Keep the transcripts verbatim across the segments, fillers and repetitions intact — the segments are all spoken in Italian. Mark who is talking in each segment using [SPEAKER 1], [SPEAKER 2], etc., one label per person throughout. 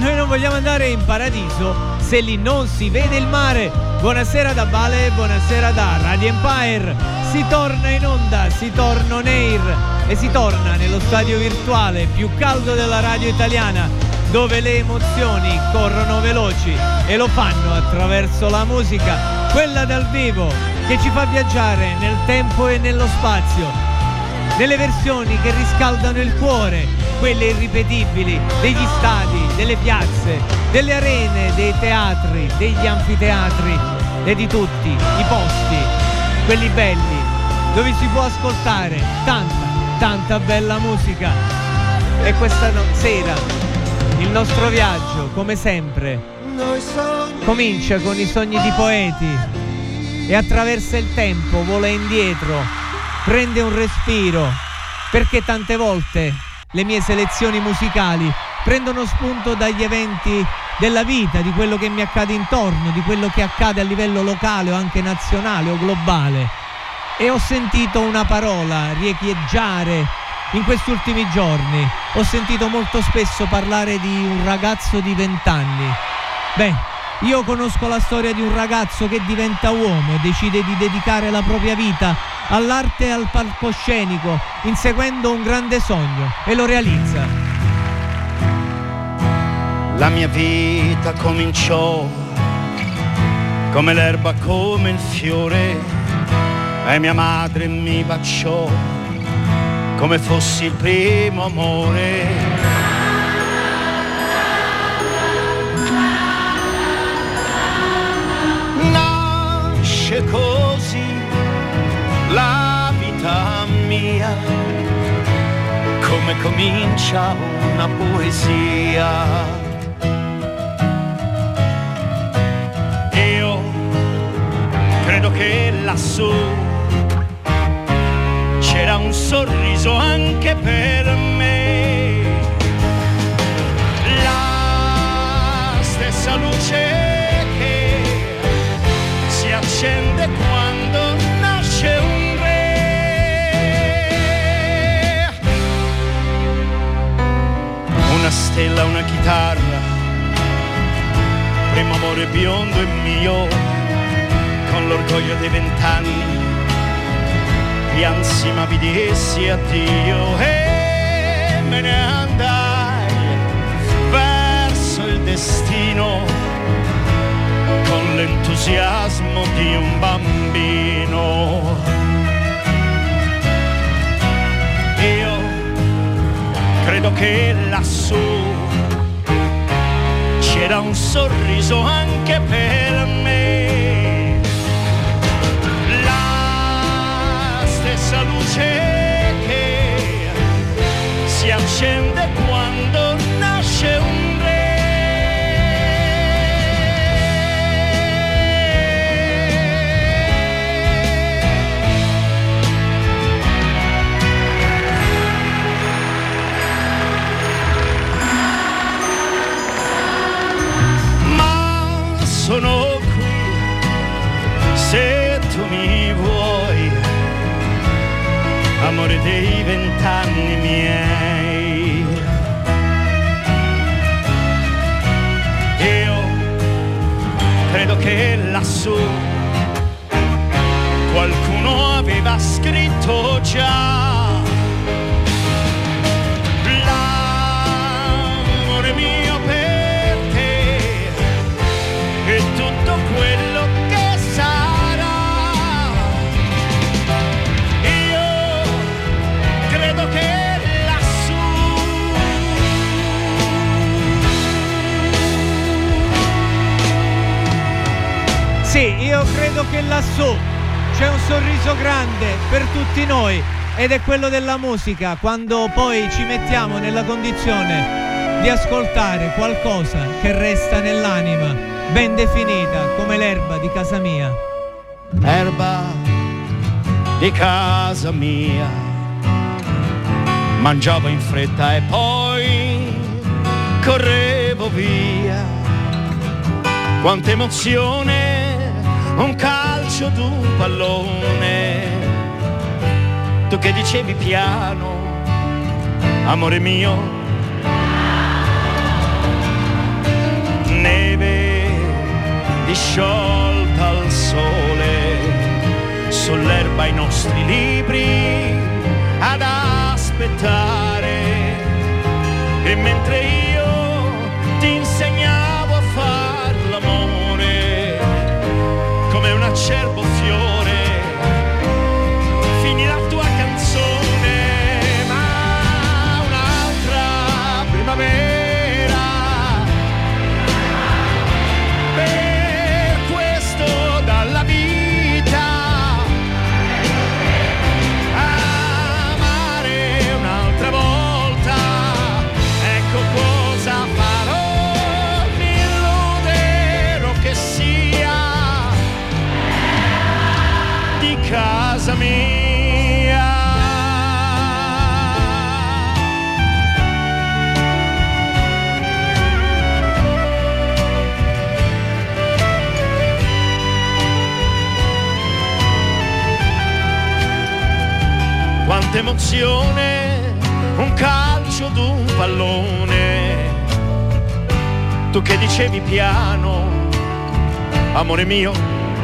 [SPEAKER 1] noi non vogliamo andare in paradiso se lì non si vede il mare. Buonasera da Bale, buonasera da Radio Empire. Si torna in onda, si torna on air e si torna nello stadio virtuale più caldo della radio italiana, dove le emozioni corrono veloci e lo fanno attraverso la musica, quella dal vivo che ci fa viaggiare nel tempo e nello spazio, nelle versioni che riscaldano il cuore, quelle irripetibili degli stadi, delle piazze, delle arene, dei teatri, degli anfiteatri e di tutti i posti, quelli belli, dove si può ascoltare tanta, tanta bella musica. E questa no- sera il nostro viaggio, come sempre, comincia con i sogni di poeti e attraversa il tempo, vola indietro, prende un respiro, perché tante volte le mie selezioni musicali prendono spunto dagli eventi della vita, di quello che mi accade intorno, di quello che accade a livello locale o anche nazionale o globale. E ho sentito una parola riecheggiare in questi ultimi giorni, ho sentito molto spesso parlare di un ragazzo di vent'anni. Beh, io conosco la storia di un ragazzo che diventa uomo e decide di dedicare la propria vita all'arte e al palcoscenico, inseguendo un grande sogno, e lo realizza.
[SPEAKER 2] La mia vita cominciò come l'erba, come il fiore, e mia madre mi baciò come fossi il primo amore. Nasce così la vita mia, come comincia una poesia. Io credo che lassù c'era un sorriso anche per me, la stessa luce che si accende quando nasce un re. Una stella, una chitarra, primo amore biondo e mio, con l'orgoglio dei vent'anni piansi ma vidi essi addio, e me ne andai verso il destino con l'entusiasmo di un bambino. Io credo che lassù c'era un sorriso anche per me, la luce che si accende quando nasce un re. Ma sono qui se tu mi vuoi, amore dei vent'anni miei. Io credo che lassù qualcuno aveva scritto già: l'amore mio per te e tutto quello che sarà. Credo che lassù
[SPEAKER 1] Sì, io credo che lassù c'è un sorriso grande per tutti noi, ed è quello della musica, quando poi ci mettiamo nella condizione di ascoltare qualcosa che resta nell'anima, ben definita come l'erba di casa mia.
[SPEAKER 2] Erba di casa mia, mangiavo in fretta e poi correvo via. Quanta emozione, un calcio d'un pallone. Tu che dicevi piano, amore mio, nostri libri ad aspettare, e mentre io ti insegnavo a far l'amore come un acerbo fiore, finì la tua canzone, ma un'altra primavera per questo dalla vita amare un'altra volta, ecco cosa farò, mi illuderò che sia di casa mia. Quanta emozione, un calcio d'un pallone, tu che dicevi piano, amore mio,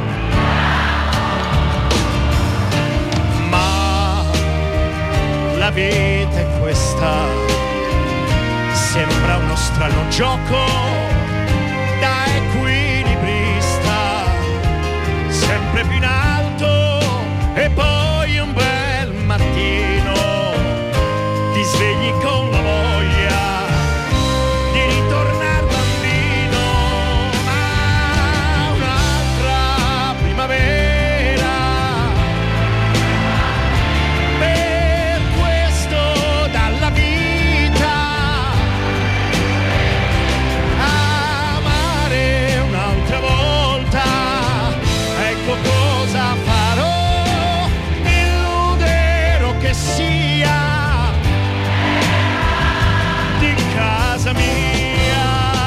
[SPEAKER 2] ma la vita è questa, sembra uno strano gioco da equilibrista, sempre più in alto e poi un bel mattino ti svegli con la voglia di ritornare bambino, ma un'altra primavera per questo dalla vita amare un'altra volta, ecco cosa farò, che sia di casa mia.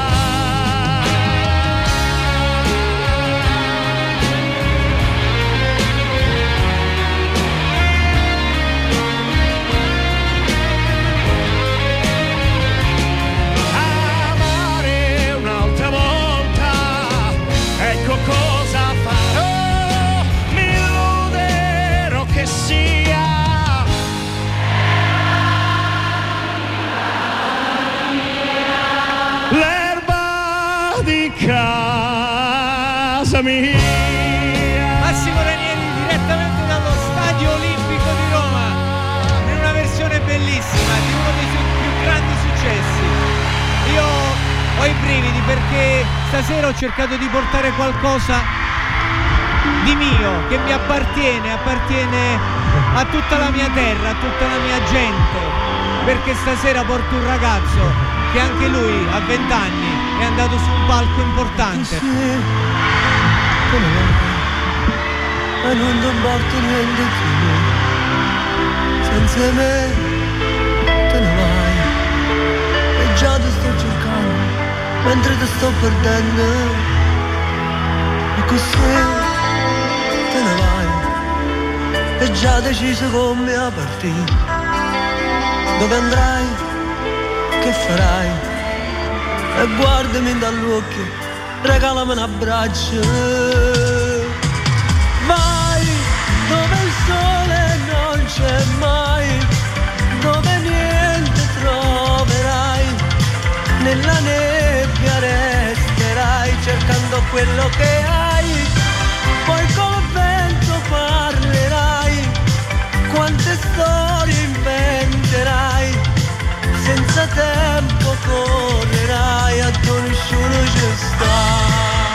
[SPEAKER 2] Amare un'altra volta, ecco cosa farò, mi illuderò che sia l'erba di casa mia.
[SPEAKER 1] Massimo Ranieri direttamente dallo Stadio Olimpico di Roma, in una versione bellissima di uno dei suoi più grandi successi. Io ho i brividi perché stasera ho cercato di portare qualcosa di mio, che mi appartiene, appartiene a tutta la mia terra, a tutta la mia gente, perché stasera porto un ragazzo che anche lui a vent'anni è andato su un palco importante.
[SPEAKER 3] Sì, ma non ti importa niente più, senza me te ne vai, e già ti sto cercando mentre ti sto perdendo, e così te ne vai, e già deciso come a partire, dove andrai, che farai, e guardami dall'occhio, regalami un abbraccio. Vai dove il sole non c'è mai, dove niente troverai, nella nebbia resterai cercando quello che hai, poi col vento parlerai, quante storie inventerai, senza tempo correrai, a tu nessuno ci sta.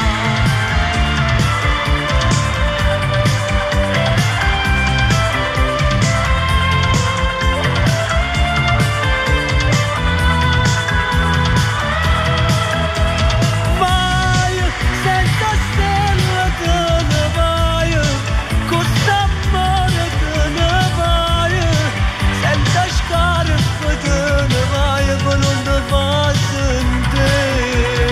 [SPEAKER 3] Vai, senza stella te ne vai, con amore te ne vai, senza scarpe te ne vai, con non te fa sentire.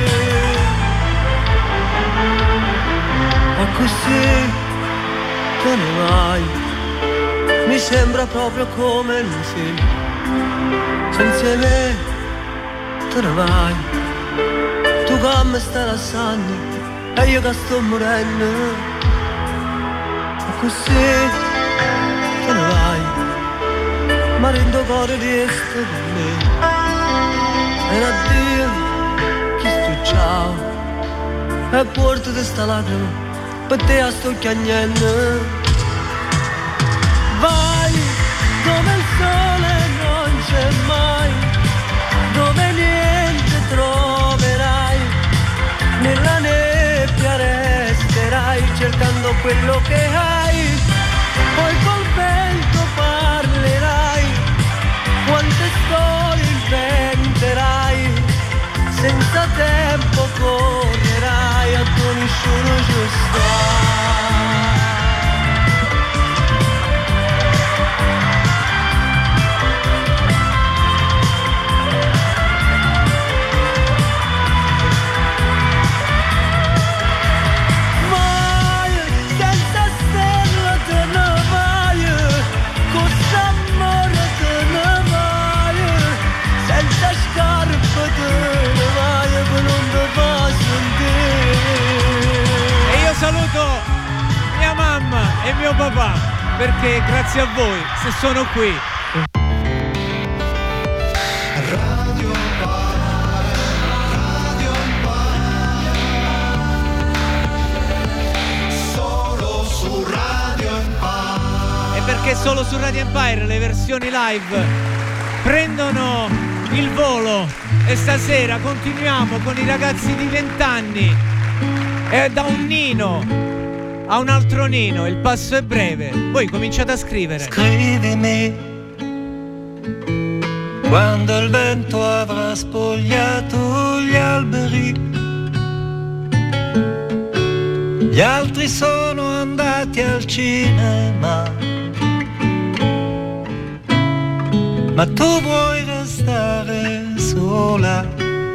[SPEAKER 3] Ma così te ne vai, mi sembra proprio come un film, senza me te ne vai, tu che mi stai lasciando e io che sto morendo, ma così te ne vai, ma rendo cuore resta con me. E addio, chi sto ciao, e porto di sta lacrima, per te a sto chiagnendo. Vai, dove il sole non c'è mai, dove niente troverai, nella nebbia resterai cercando quello che hai, poi col vento parlerai, quante storie inventerai, senza tempo correrai, a tu nessuno ci sta.
[SPEAKER 1] Saluto mia mamma e mio papà perché grazie a voi se sono qui.
[SPEAKER 4] Radio Empire, Radio Empire, solo su Radio Empire.
[SPEAKER 1] E perché solo su Radio Empire le versioni live prendono il volo e stasera continuiamo con i ragazzi di vent'anni. E da un Nino a un altro Nino, il passo è breve. Voi cominciate a scrivere.
[SPEAKER 3] Scrivimi quando il vento avrà spogliato gli alberi, gli altri sono andati al cinema, ma tu vuoi restare sola,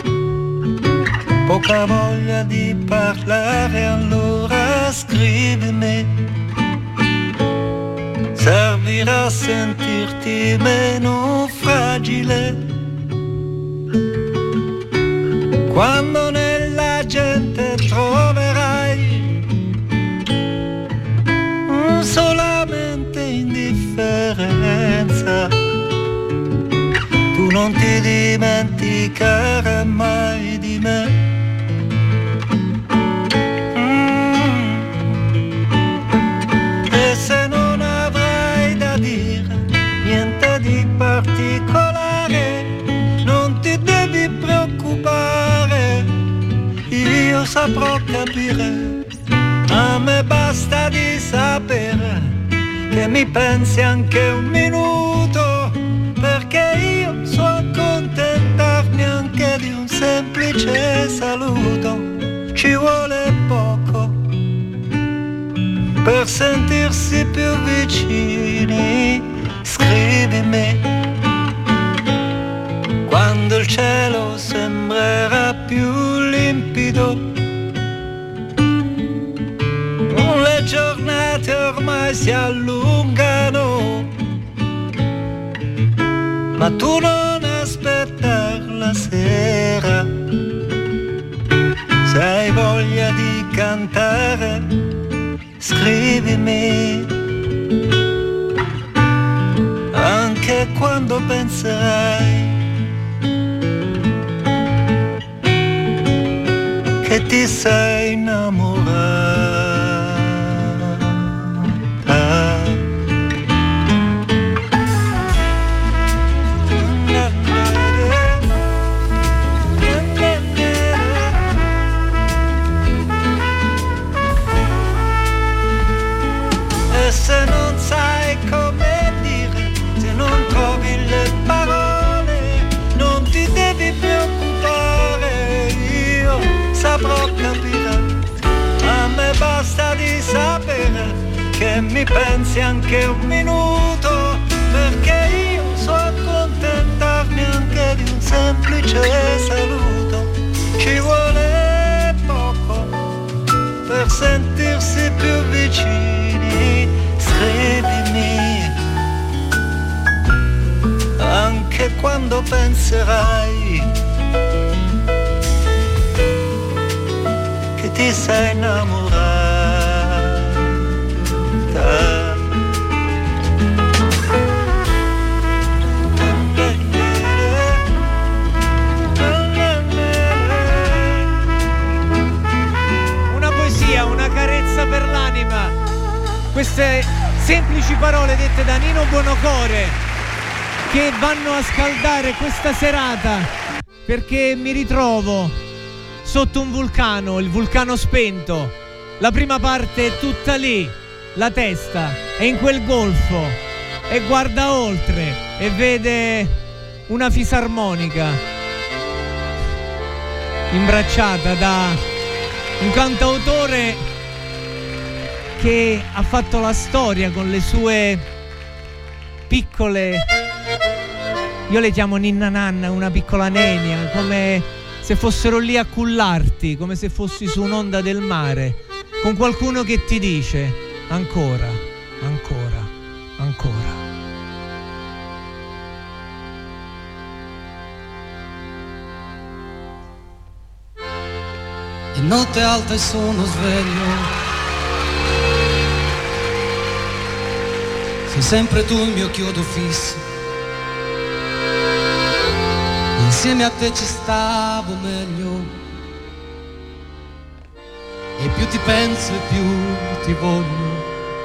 [SPEAKER 3] poca voglia di parlare, allora scrivimi, servirà a sentirti meno fragile, quando nella gente troverai solamente indifferenza, tu non ti dimenticherai mai di me. Particolare, non ti devi preoccupare, io saprò capire, a me basta di sapere che mi pensi anche un minuto, perché io so accontentarmi anche di un semplice saluto, ci vuole poco per sentirsi più vicini. Scrivimi quando il cielo sembrerà più limpido, le giornate ormai si allungano, ma tu non aspettar la sera, se hai voglia di cantare scrivimi. Anche quando penserai che ti sei innamorata. E se non sai come dire, se non trovi le parole, non ti devi preoccupare, io saprò capire, a me basta di sapere che mi pensi anche un minuto, perché io so accontentarmi anche di un semplice saluto, ci vuole poco per sentirsi più vicini, scrivimi anche quando penserai che ti sei innamorata.
[SPEAKER 1] semplici parole dette da Nino Buonocore che vanno a scaldare questa serata, perché mi ritrovo sotto un vulcano, il vulcano spento. La prima parte è tutta lì, la testa è in quel golfo e guarda oltre e vede una fisarmonica imbracciata da un cantautore che ha fatto la storia con le sue piccole, io le chiamo ninna nanna, una piccola nenia, come se fossero lì a cullarti, come se fossi su un'onda del mare, con qualcuno che ti dice ancora, ancora, ancora.
[SPEAKER 3] È notte alta e sono sveglio. Sei sempre tu il mio chiodo fisso. Insieme a te ci stavo meglio. E più ti penso e più ti voglio.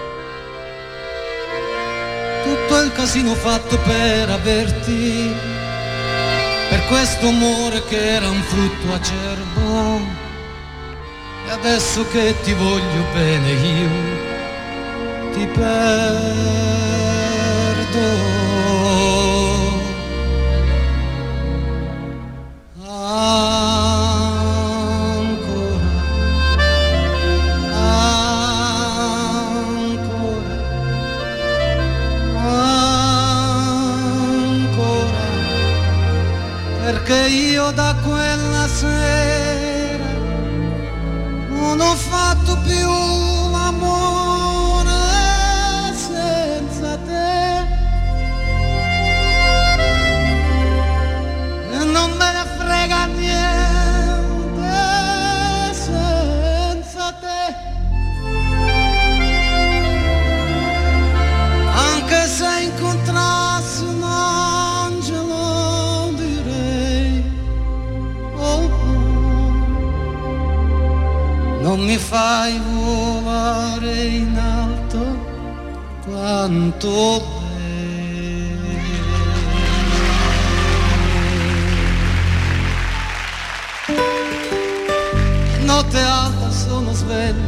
[SPEAKER 3] Tutto il casino fatto per averti, per questo amore che era un frutto acerbo. E adesso che ti voglio bene io ti perdo. Perché io da quella sera non ho fatto più l'amore senza te e non me ne frega niente senza te, anche se incontrassi un angelo direi oh, non mi fai volare in alto quanto lei. Notte alta sono sveglio,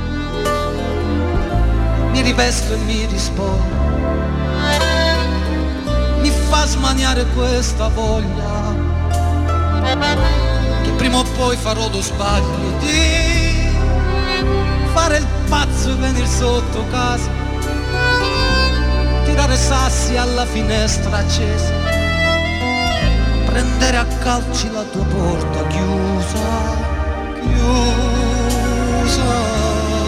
[SPEAKER 3] mi rivesto e mi rispondo, mi fa smaniare questa voglia che prima o poi farò lo sbaglio di fare il pazzo e venir sotto casa, tirare sassi alla finestra accesa, prendere a calci la tua porta chiusa, chiusa.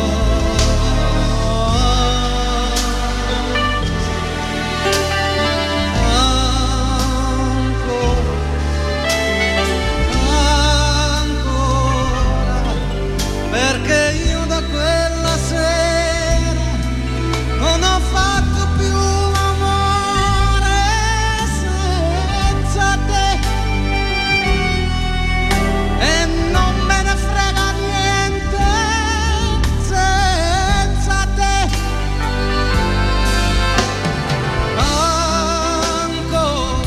[SPEAKER 3] Perché io da quella sera non ho fatto più l'amore senza te e non me ne frega niente senza te. Ancora,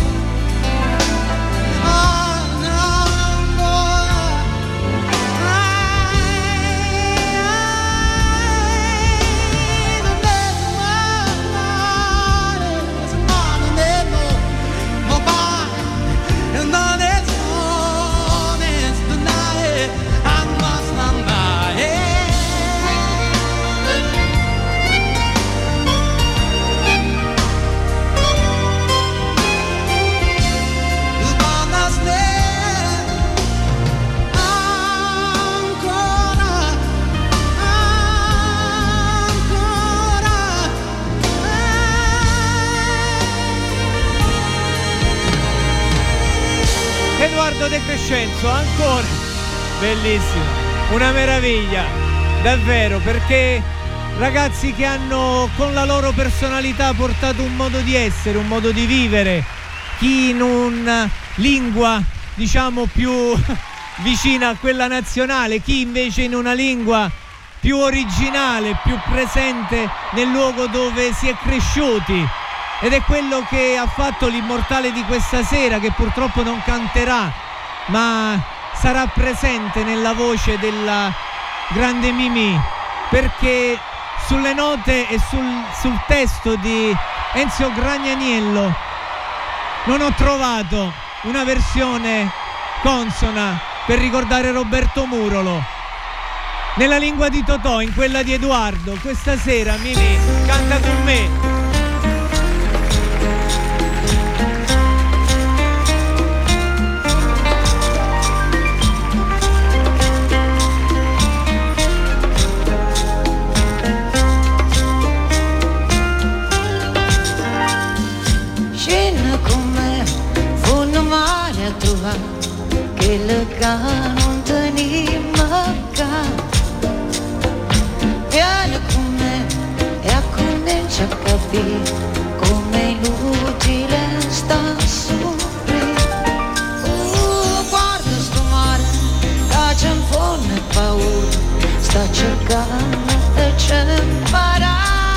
[SPEAKER 1] Edoardo De Crescenzo, ancora bellissimo, una meraviglia davvero, perché ragazzi che hanno con la loro personalità portato un modo di essere, un modo di vivere, chi in una lingua diciamo più vicina a quella nazionale, chi invece in una lingua più originale, più presente nel luogo dove si è cresciuti, ed è quello che ha fatto l'immortale di questa sera, che purtroppo non canterà ma sarà presente nella voce della grande Mimì, perché sulle note e sul, sul testo di Enzio Gragnaniello non ho trovato una versione consona per ricordare Roberto Murolo. Nella lingua di Totò, in quella di Edoardo, questa sera Mimì canta con me.
[SPEAKER 5] Che le non tenima ca viene con me e comincia a capire come inutile sta a soffrire. Uh, guarda sto mare che c'è un fondo e paura, sta cercando e c'è imparare.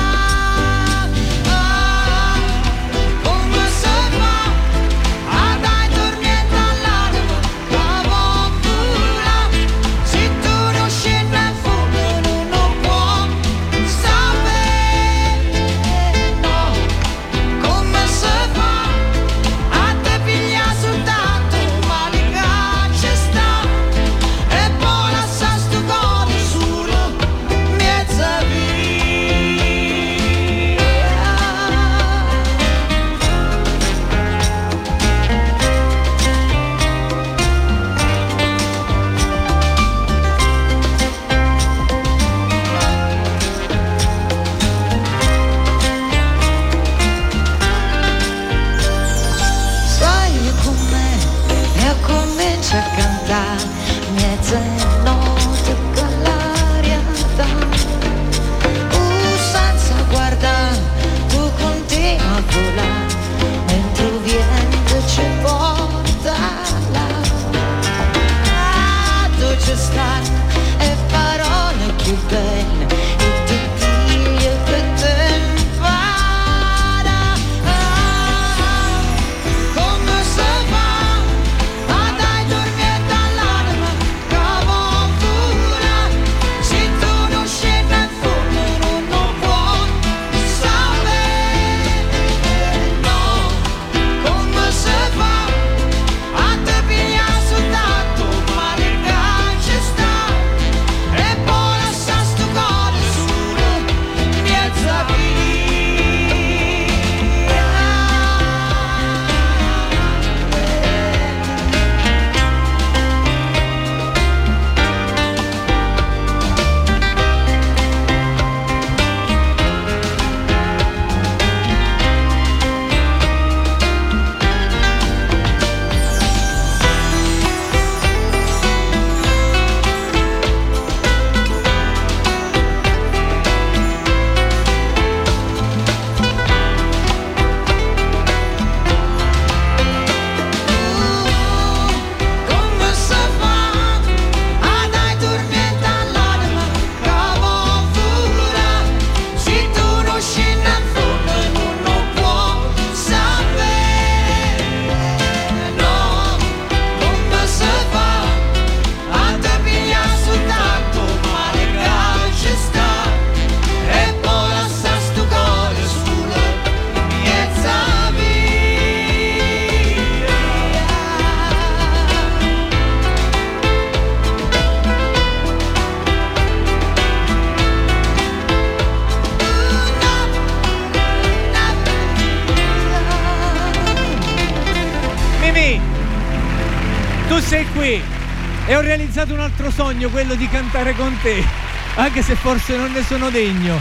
[SPEAKER 1] sei qui e ho realizzato un altro sogno, quello di cantare con te, anche se forse non ne sono degno.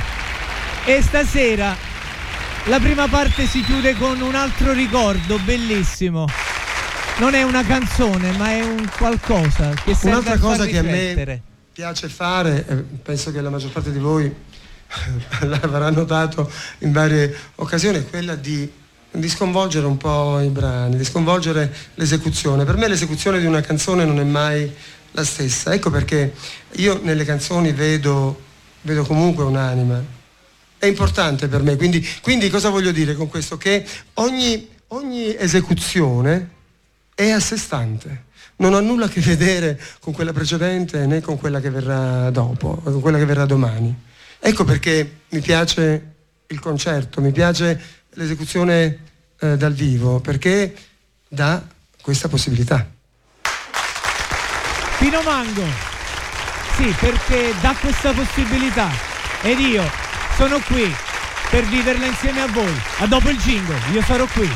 [SPEAKER 1] E stasera la prima parte si chiude con un altro ricordo bellissimo. Non è una canzone, ma è un qualcosa che serve
[SPEAKER 6] Un'altra
[SPEAKER 1] a
[SPEAKER 6] cosa
[SPEAKER 1] far
[SPEAKER 6] che a
[SPEAKER 1] riflettere.
[SPEAKER 6] me piace fare, e penso che la maggior parte di voi l'avrà notato in varie occasioni, è quella di, di sconvolgere un po' i brani, di sconvolgere l'esecuzione. Per me l'esecuzione di una canzone non è mai la stessa. Ecco perché io nelle canzoni vedo vedo comunque un'anima. È importante per me, quindi, quindi cosa voglio dire con questo? Che ogni, ogni esecuzione è a sé stante, non ha nulla a che vedere con quella precedente né con quella che verrà dopo, con quella che verrà domani. Ecco perché mi piace il concerto, mi piace l'esecuzione eh, dal vivo, perché dà questa possibilità.
[SPEAKER 1] Pino Mango, sì, perché dà questa possibilità ed io sono qui per viverla insieme a voi. A dopo il jingle, io sarò qui.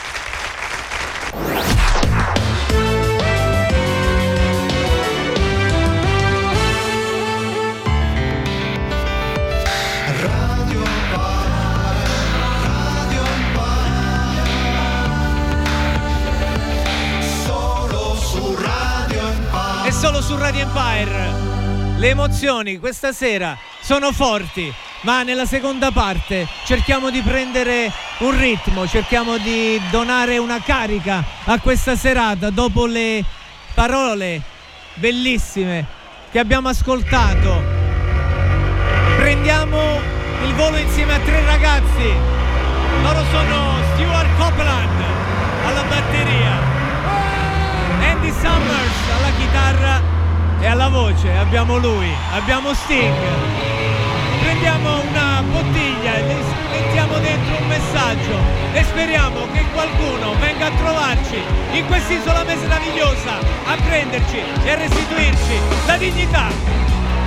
[SPEAKER 1] Solo su Radio Empire. Le emozioni questa sera sono forti, ma nella seconda parte cerchiamo di prendere un ritmo, cerchiamo di donare una carica a questa serata dopo le parole bellissime che abbiamo ascoltato. Prendiamo il volo insieme a tre ragazzi. Loro sono Stuart Copeland alla batteria, Andy Summers alla chitarra e alla voce abbiamo lui, abbiamo Sting. Prendiamo una bottiglia e mettiamo dentro un messaggio e speriamo che qualcuno venga a trovarci in quest'isola meravigliosa a prenderci e a restituirci la dignità.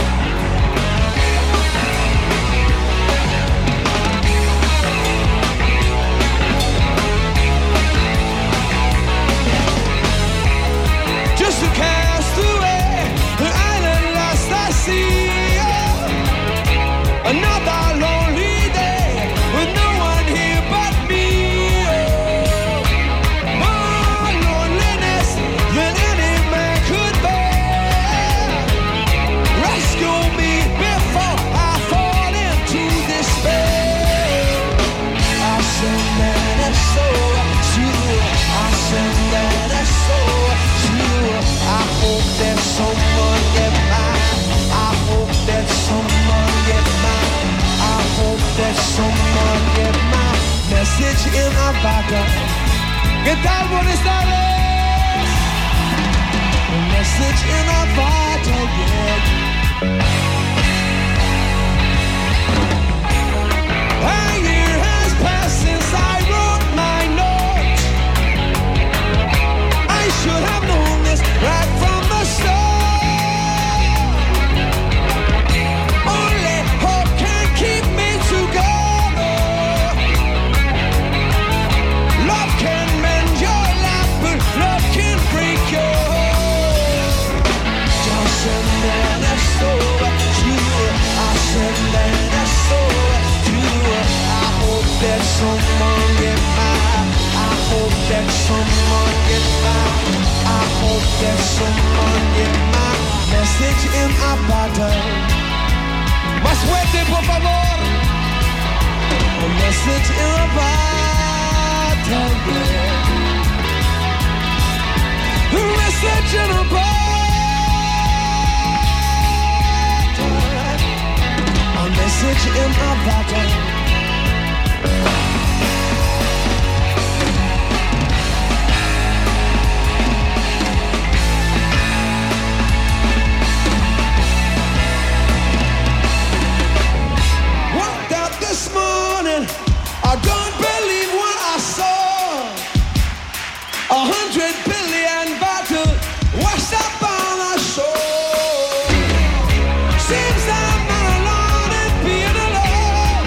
[SPEAKER 7] Just a castaway, an island lost at sea. Another lonely day with no one here but me. More loneliness than any man could bear. Rescue me before I fall into despair. I send that soul to you. I send that soul to you. I hope that someone get mine. I hope that someone get mine. I hope that someone get my message in a bottle. ¿Qué tal, buenas tardes? A message in a bottle, yeah. A year has passed since I wrote my note. I should have known this right from the start. Only hope can keep me together. Love can mend your life, but love can break your heart. Just send that soul to you. I send that soul to you. I hope that someone get mine. I hope that someone get mine. I hope that someone get my message in a bottle. Más fuerte, por favor. A message in a bottle, yeah. A message in a bottle. A message in a bottle. This morning, I don't believe what I saw. A hundred billion bottles washed up on the shore. Seems I'm not alone in being alone.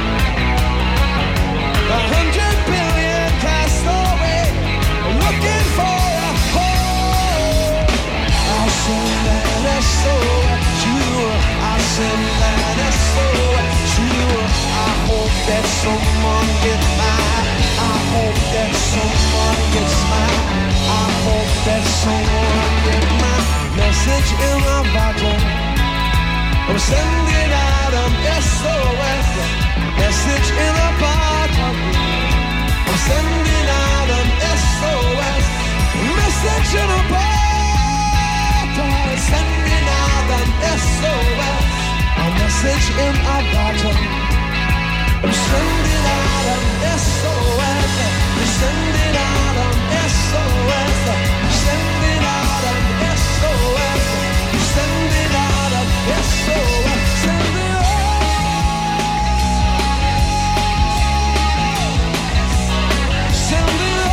[SPEAKER 7] A hundred billion cast away, looking for a home. I'll send that soul to you. I'll send that soul to you. I hope that someone gets mine. I hope that someone gets mine. I hope that someone gets my message in a bottle. I'm sending out an S O S message in a bottle. I'm sending out an S O S message in a bottle. Sending out an S O S, a message in sending out an S O S. We're sending out an S O S. Sending out an S O S. Sending out an S O S. Sending out. Sending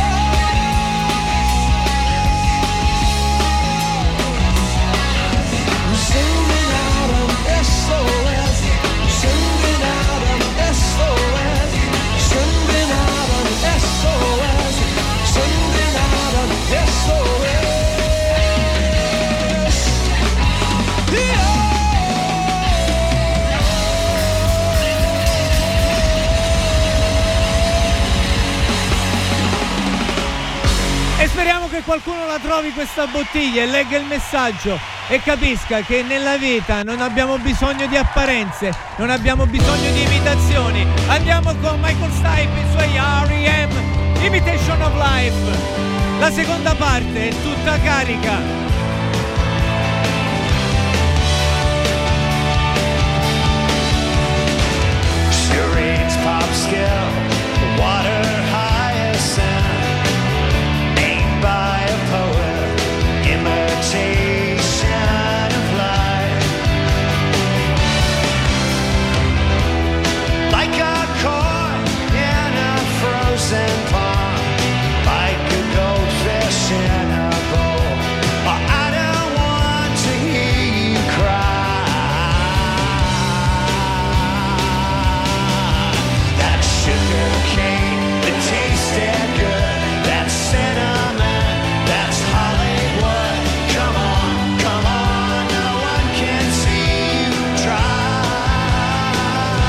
[SPEAKER 7] out an S O S. Sending out an S O S. Sending out an S O S. Sending out an S O S. Yeah.
[SPEAKER 1] E speriamo che qualcuno la trovi questa bottiglia e legga il messaggio e capisca che nella vita non abbiamo bisogno di apparenze, non abbiamo bisogno di imitazioni. Andiamo con Michael Stipe e i suoi R E M, Imitation of Life. La seconda parte è tutta carica.
[SPEAKER 2] Charades, pop skill, water hyacinth, aimed by a poet, imitation of life. Like a koi in a frozen pond, like a goldfish in a bowl. Oh, I don't want to hear you cry. That sugar cane that tasted good, that cinnamon, that's Hollywood. Come on, come on, no one can see you try.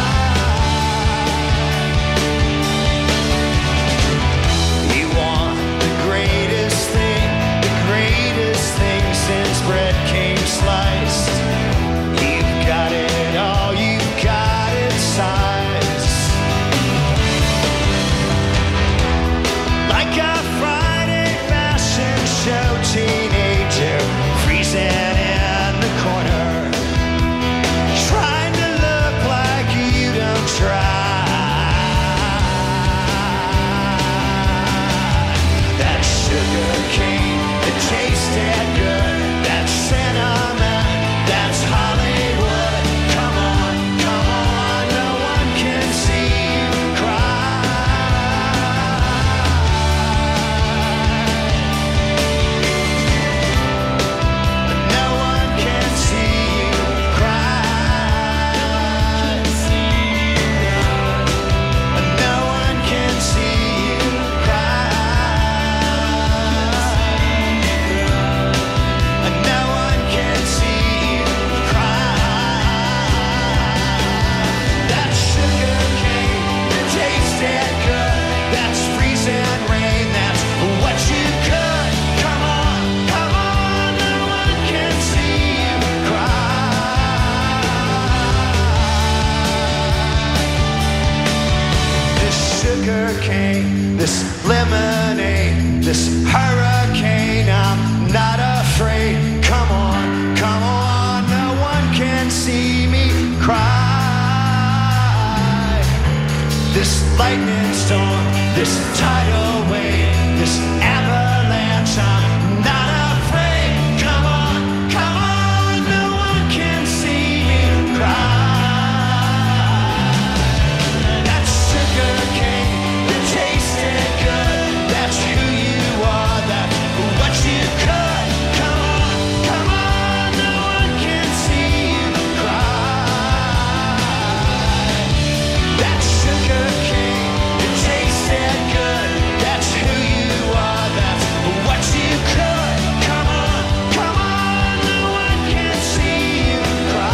[SPEAKER 2] You want the greatest thing, the greatest thing since bread came sliced. You've got it all, you've got it sized. Like a Friday fashion show teenager, freezing in the corner, trying to look like you don't try. That sugar cane that tasted good, that cinnamon, that's Hollywood. Come on, come on, no one can see you cry. No one can see you cry. No one can see you cry. No one can see you cry. That sugar cane that tasted good, that's freezing rain, that's what you could. Come on, come on, no one can see you cry. This sugar cane, this lemonade, this hurricane, I'm not afraid. Come on, come on, no one can see me cry. This lightning storm, this tidal wave, this avalanche, I'm not afraid. Come on, come on, no one can see me cry. That sugar cane that tasted good, that's who you are, that's what you could. Come on, come on, no one can see you cry. That sugar cane that tasted good, that's who you are, that's what you could. Come on, come on, no one can see you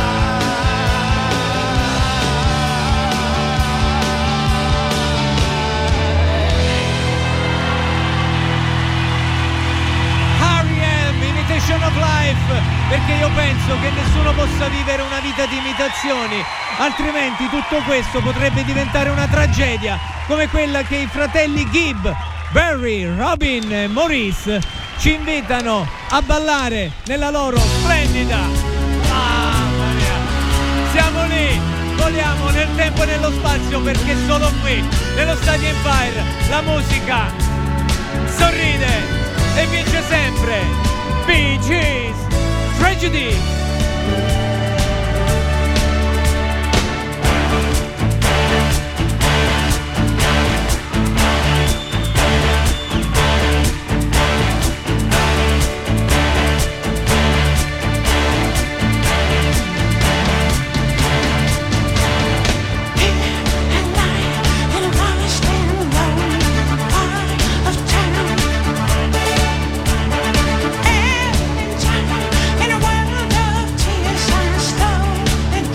[SPEAKER 1] R E M, Imitation of Life, perché io penso che nessuno possa vivere una vita di imitazioni, altrimenti tutto questo potrebbe diventare una tragedia come quella che i fratelli Gibb, Barry, Robin e Maurice ci invitano a ballare nella loro splendida. Mamma mia! Siamo lì con voliamo nel tempo e nello spazio, perché solo qui, nello Stadio Empire, la musica sorride e vince sempre. Bee Gees, Tragedy.
[SPEAKER 5] In a world of tears and stone.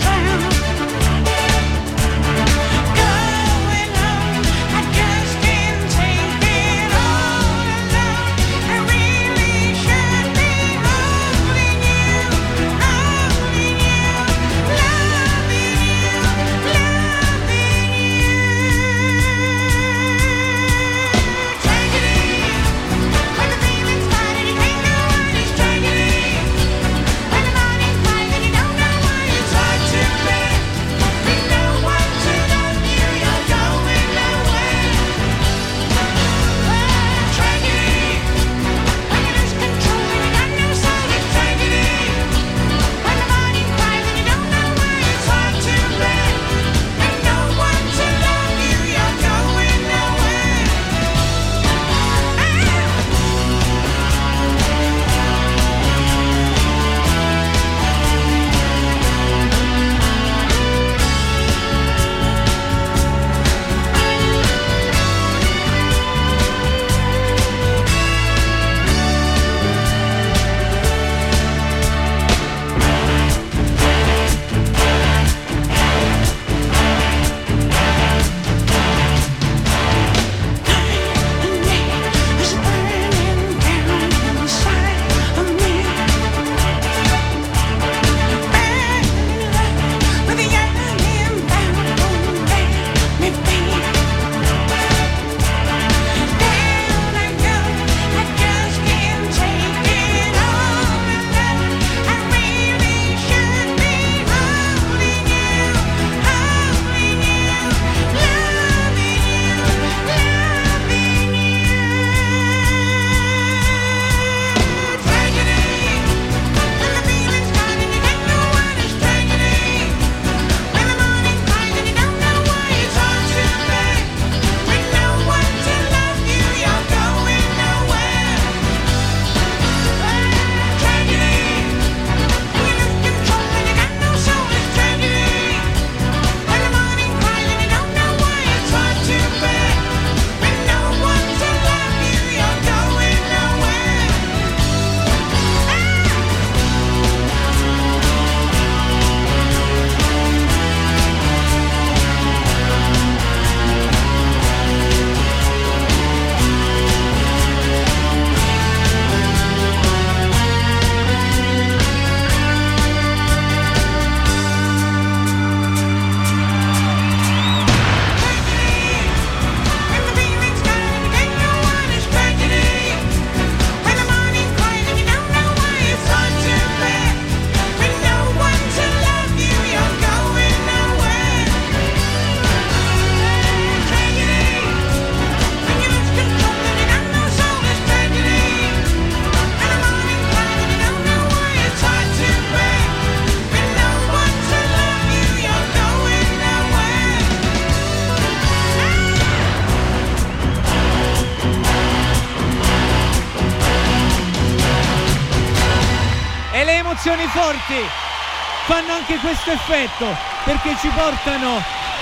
[SPEAKER 1] emozioni forti fanno anche questo effetto, perché ci portano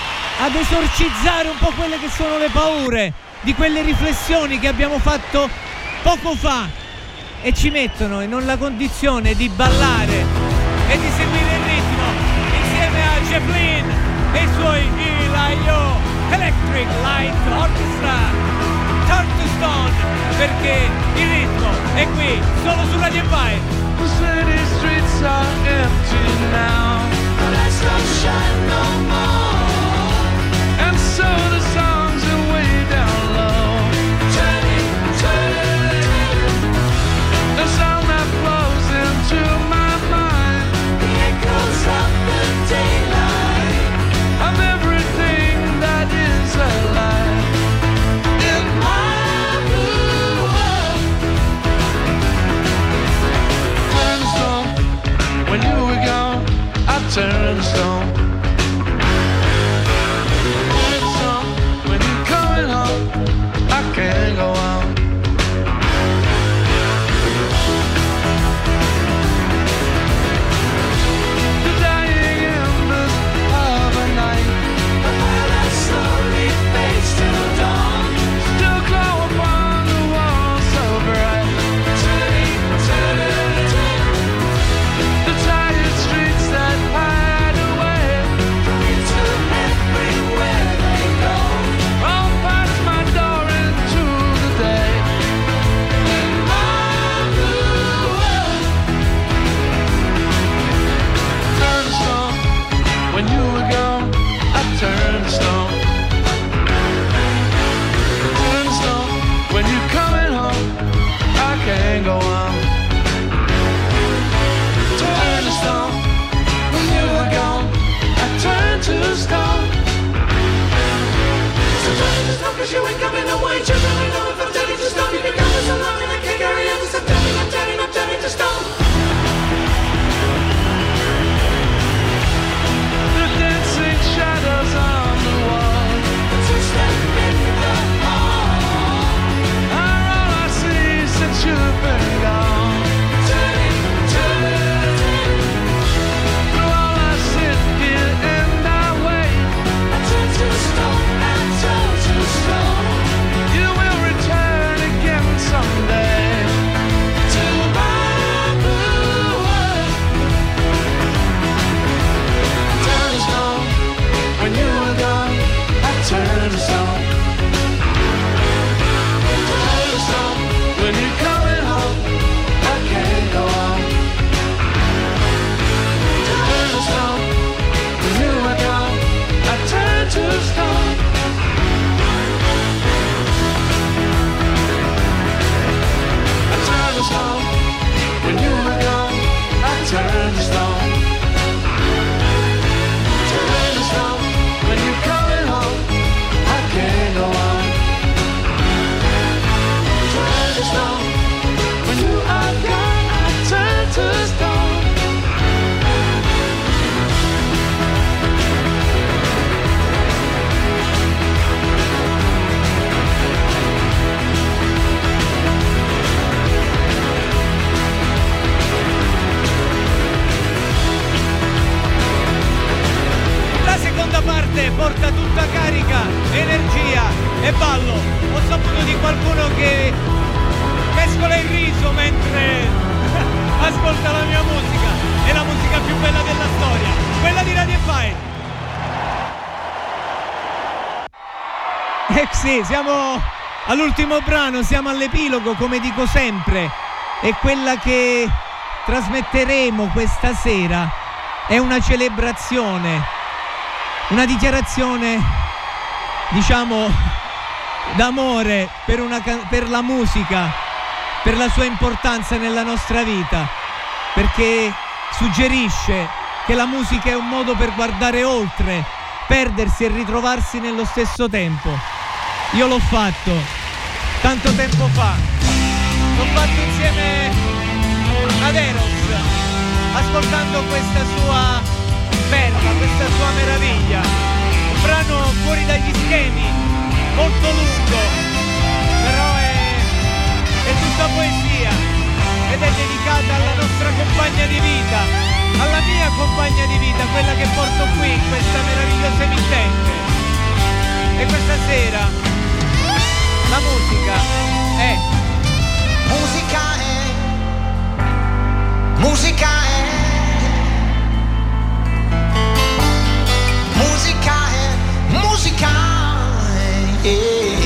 [SPEAKER 1] ad esorcizzare un po' quelle che sono le paure di quelle riflessioni che abbiamo fatto poco fa, e ci mettono in la condizione di ballare e di seguire il ritmo insieme a Jeff e i suoi Eli O Electric Light Orchestra. Turn to Stone, perché il ritmo è qui solo su Radio Empire.
[SPEAKER 7] The city streets are empty now. The lights don't shine no more, and so the songs are way down low. Turn it, turn it. The sound that flows into my mind, the echoes of the daylight. turn to stone. Turn to stone. When you're coming home, I can't go on. The dying embers of a night, the fire that slowly fades till dawn, still glow upon the wall so bright. Turning, turning, turning. The tired streets that hide away into everywhere they go, all past my door into the day. My blue world turned to stone. When you were gone, I turned to stone. Turned to stone. When you're coming home, I can't go on. Turned to stone. When you were gone, I turned to stone. Sometimes it's not 'cause you ain't coming away. Just let me know if I'm turning to stone. You've been gone for so long and I can't carry on. 'Cause I'm turning, I'm turning, I'm turning to stone. The dancing shadows on the wall, the two-step in the hall, are all I see since you've been gone. Turning, turning, turning. Through all I sit here and I wait, I turn to stone, I turn to stone. You will return again someday to my blue world. Turn to stone. When you were gone, I turned to stone. Turn to stone. When you're coming home, I can't go on. Turn to stone. When you were gone, I turned to stone. I turned to stone. When you were gone, I turned to stone. Turn to stone. When you're coming home, I can't go on. Turn to stone. When you are gone, I turn to stone.
[SPEAKER 1] La seconda parte porta tutta carica, energia e ballo. Ho saputo di qualcuno che mescola il riso mentre ascolta la mia musica. È la musica più bella della storia, quella di Radio Empire. Eh sì, siamo all'ultimo brano, siamo all'epilogo, come dico sempre. E quella che trasmetteremo questa sera è una celebrazione, una dichiarazione, diciamo, d'amore per, una, ca- per la musica, per la sua importanza nella nostra vita, perché suggerisce che la musica è un modo per guardare oltre, perdersi e ritrovarsi nello stesso tempo. Io l'ho fatto tanto tempo fa, l'ho fatto insieme ad Eros, ascoltando questa sua perla, questa sua meraviglia, un brano fuori dagli schemi, molto lungo, però è, è tutta poesia ed è dedicata alla nostra compagna di vita, alla mia compagna di vita, quella che porto qui in questa meravigliosa emittente. E questa sera la musica è
[SPEAKER 2] Musica è, musica è, musica è, musica è, yeah.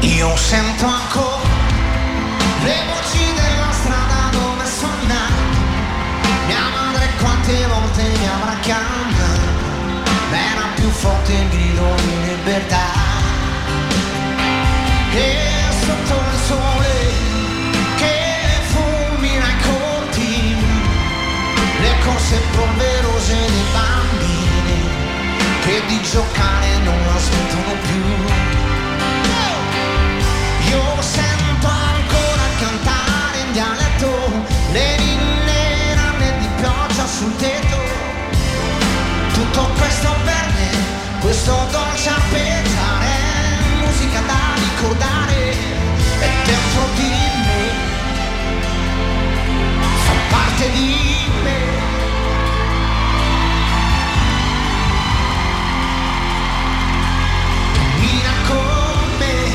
[SPEAKER 2] Io sento ancora le voci della strada dove sono nato. Mia madre quante volte mi avrà chiamato, era più forte il grido di libertà. E sotto il sole che fulmina i corti, le corse polverose dei bambini che di giocare non la smettono più. Io sento ancora cantare in dialetto le linee rame di pioggia sul tetto. Tutto questo per me, questo dolce arpeggiare, musica da ricordare, è dentro di me, fa parte di me. Cammina con me.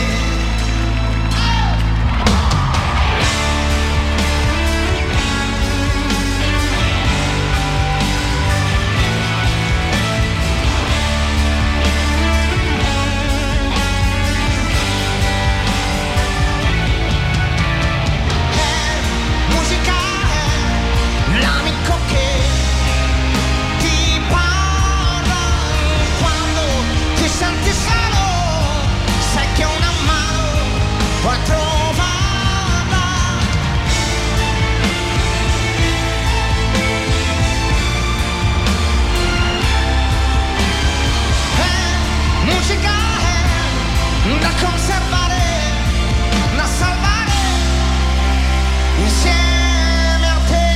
[SPEAKER 2] Senti solo, sai che una mano puoi trovarla. È musica è da conservare, da salvare insieme a te.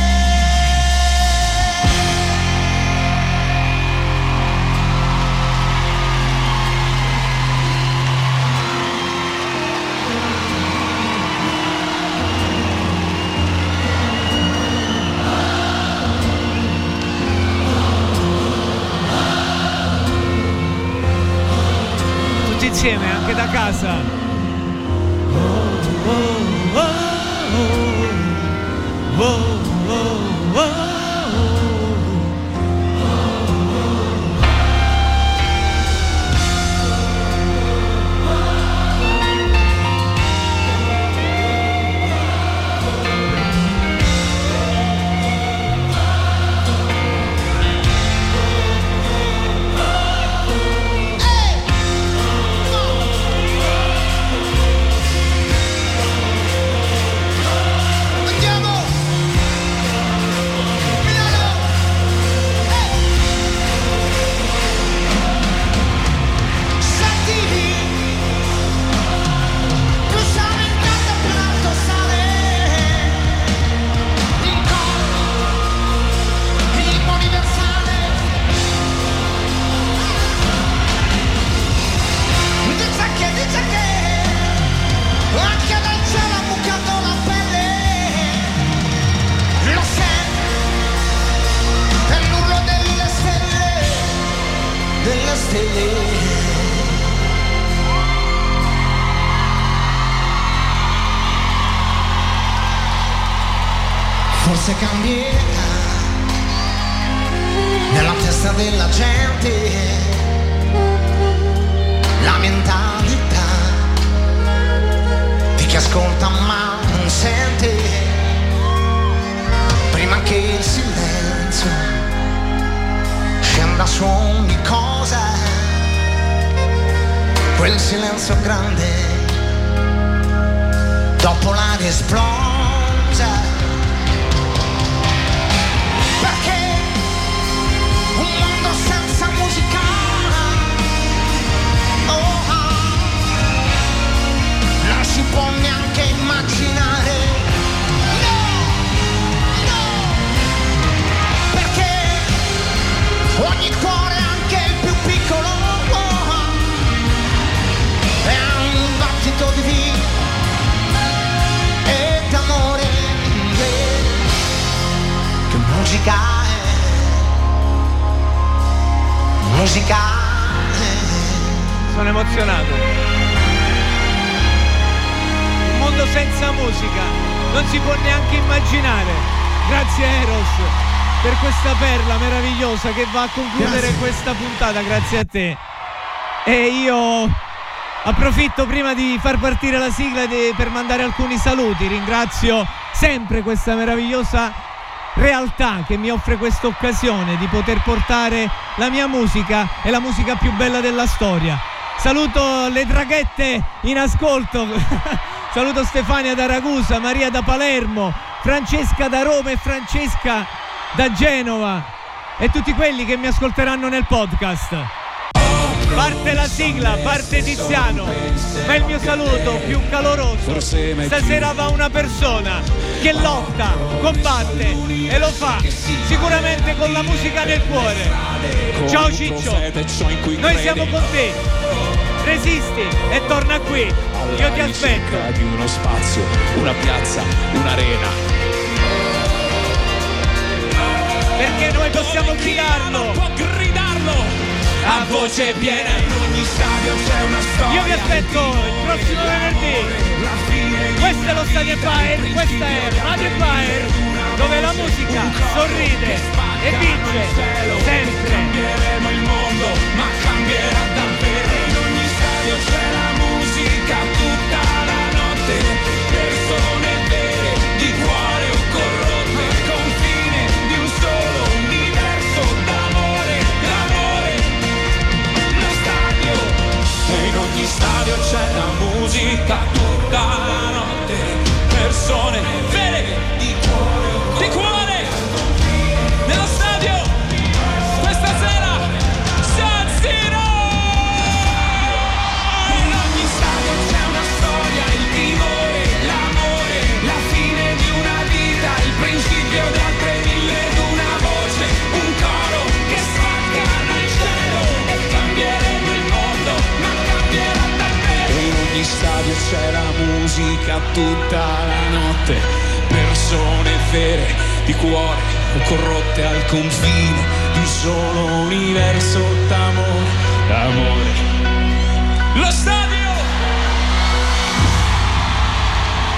[SPEAKER 1] Tutti insieme, anche da casa. Oh, oh, oh, oh, oh, oh, oh. Delle stelle, forse cambierà nella testa della gente la mentalità di chi ascolta ma non sente, prima che il silenzio scenda su ogni cosa, quel silenzio grande dopo l'aria esplosa. Perché un mondo senza musica, oh, non si può neanche immaginare. No, no, perché ogni cuore, anche il più piccolo, oh, è un battito di vita e d'amore. Che musica è, musica è. Sono emozionato. Un mondo senza musica, non si può neanche immaginare. Grazie Eros per questa perla meravigliosa che va a concludere
[SPEAKER 6] Grazie.
[SPEAKER 1] questa puntata, grazie a te. E io Approfitto prima di far partire la sigla di, per mandare alcuni saluti. Ringrazio sempre questa meravigliosa realtà che mi offre questa occasione di poter portare la mia musica e la musica più bella della storia. Saluto le draghette in ascolto. Saluto Stefania da Ragusa, Maria da Palermo, Francesca da Roma e Francesca da Genova e tutti quelli che mi ascolteranno nel podcast. Parte la sigla, parte Tiziano, ma il mio saluto più caloroso stasera va a una persona che lotta, combatte e lo fa sicuramente con la musica nel cuore. Ciao Ciccio, noi siamo con te, resisti e torna qui, io ti aspetto.
[SPEAKER 8] Di uno spazio, una piazza, un'arena,
[SPEAKER 1] perché noi possiamo gridarlo,
[SPEAKER 8] può gridarlo a voce piena. In ogni stadio c'è una storia.
[SPEAKER 1] Io vi aspetto il prossimo venerdì. Questo è lo Stadio Empire, questa è Radio Empire, dove la musica sorride e vince sempre.
[SPEAKER 8] Cambieremo il mondo, ma cambierà davvero. In ogni stadio c'è la musica tutta la notte. Persone vere, di cuore o corrotte, confine di un solo universo d'amore, d'amore. Lo stadio, e in ogni stadio c'è la musica tutta la notte. Persone vere, di cuore, di cuore. Nello stadio questa sera San Siro. In ogni stadio c'è una storia, il timore, l'amore, la fine di una vita, il principio di altre mille, ed una voce, un coro che spacca nel cielo. E cambieremo il mondo, ma cambierà davvero. In ogni stadio c'è la musica tutta la notte. Persone vere, di cuore o corrotte al confine di un solo universo d'amore, d'amore. Lo sta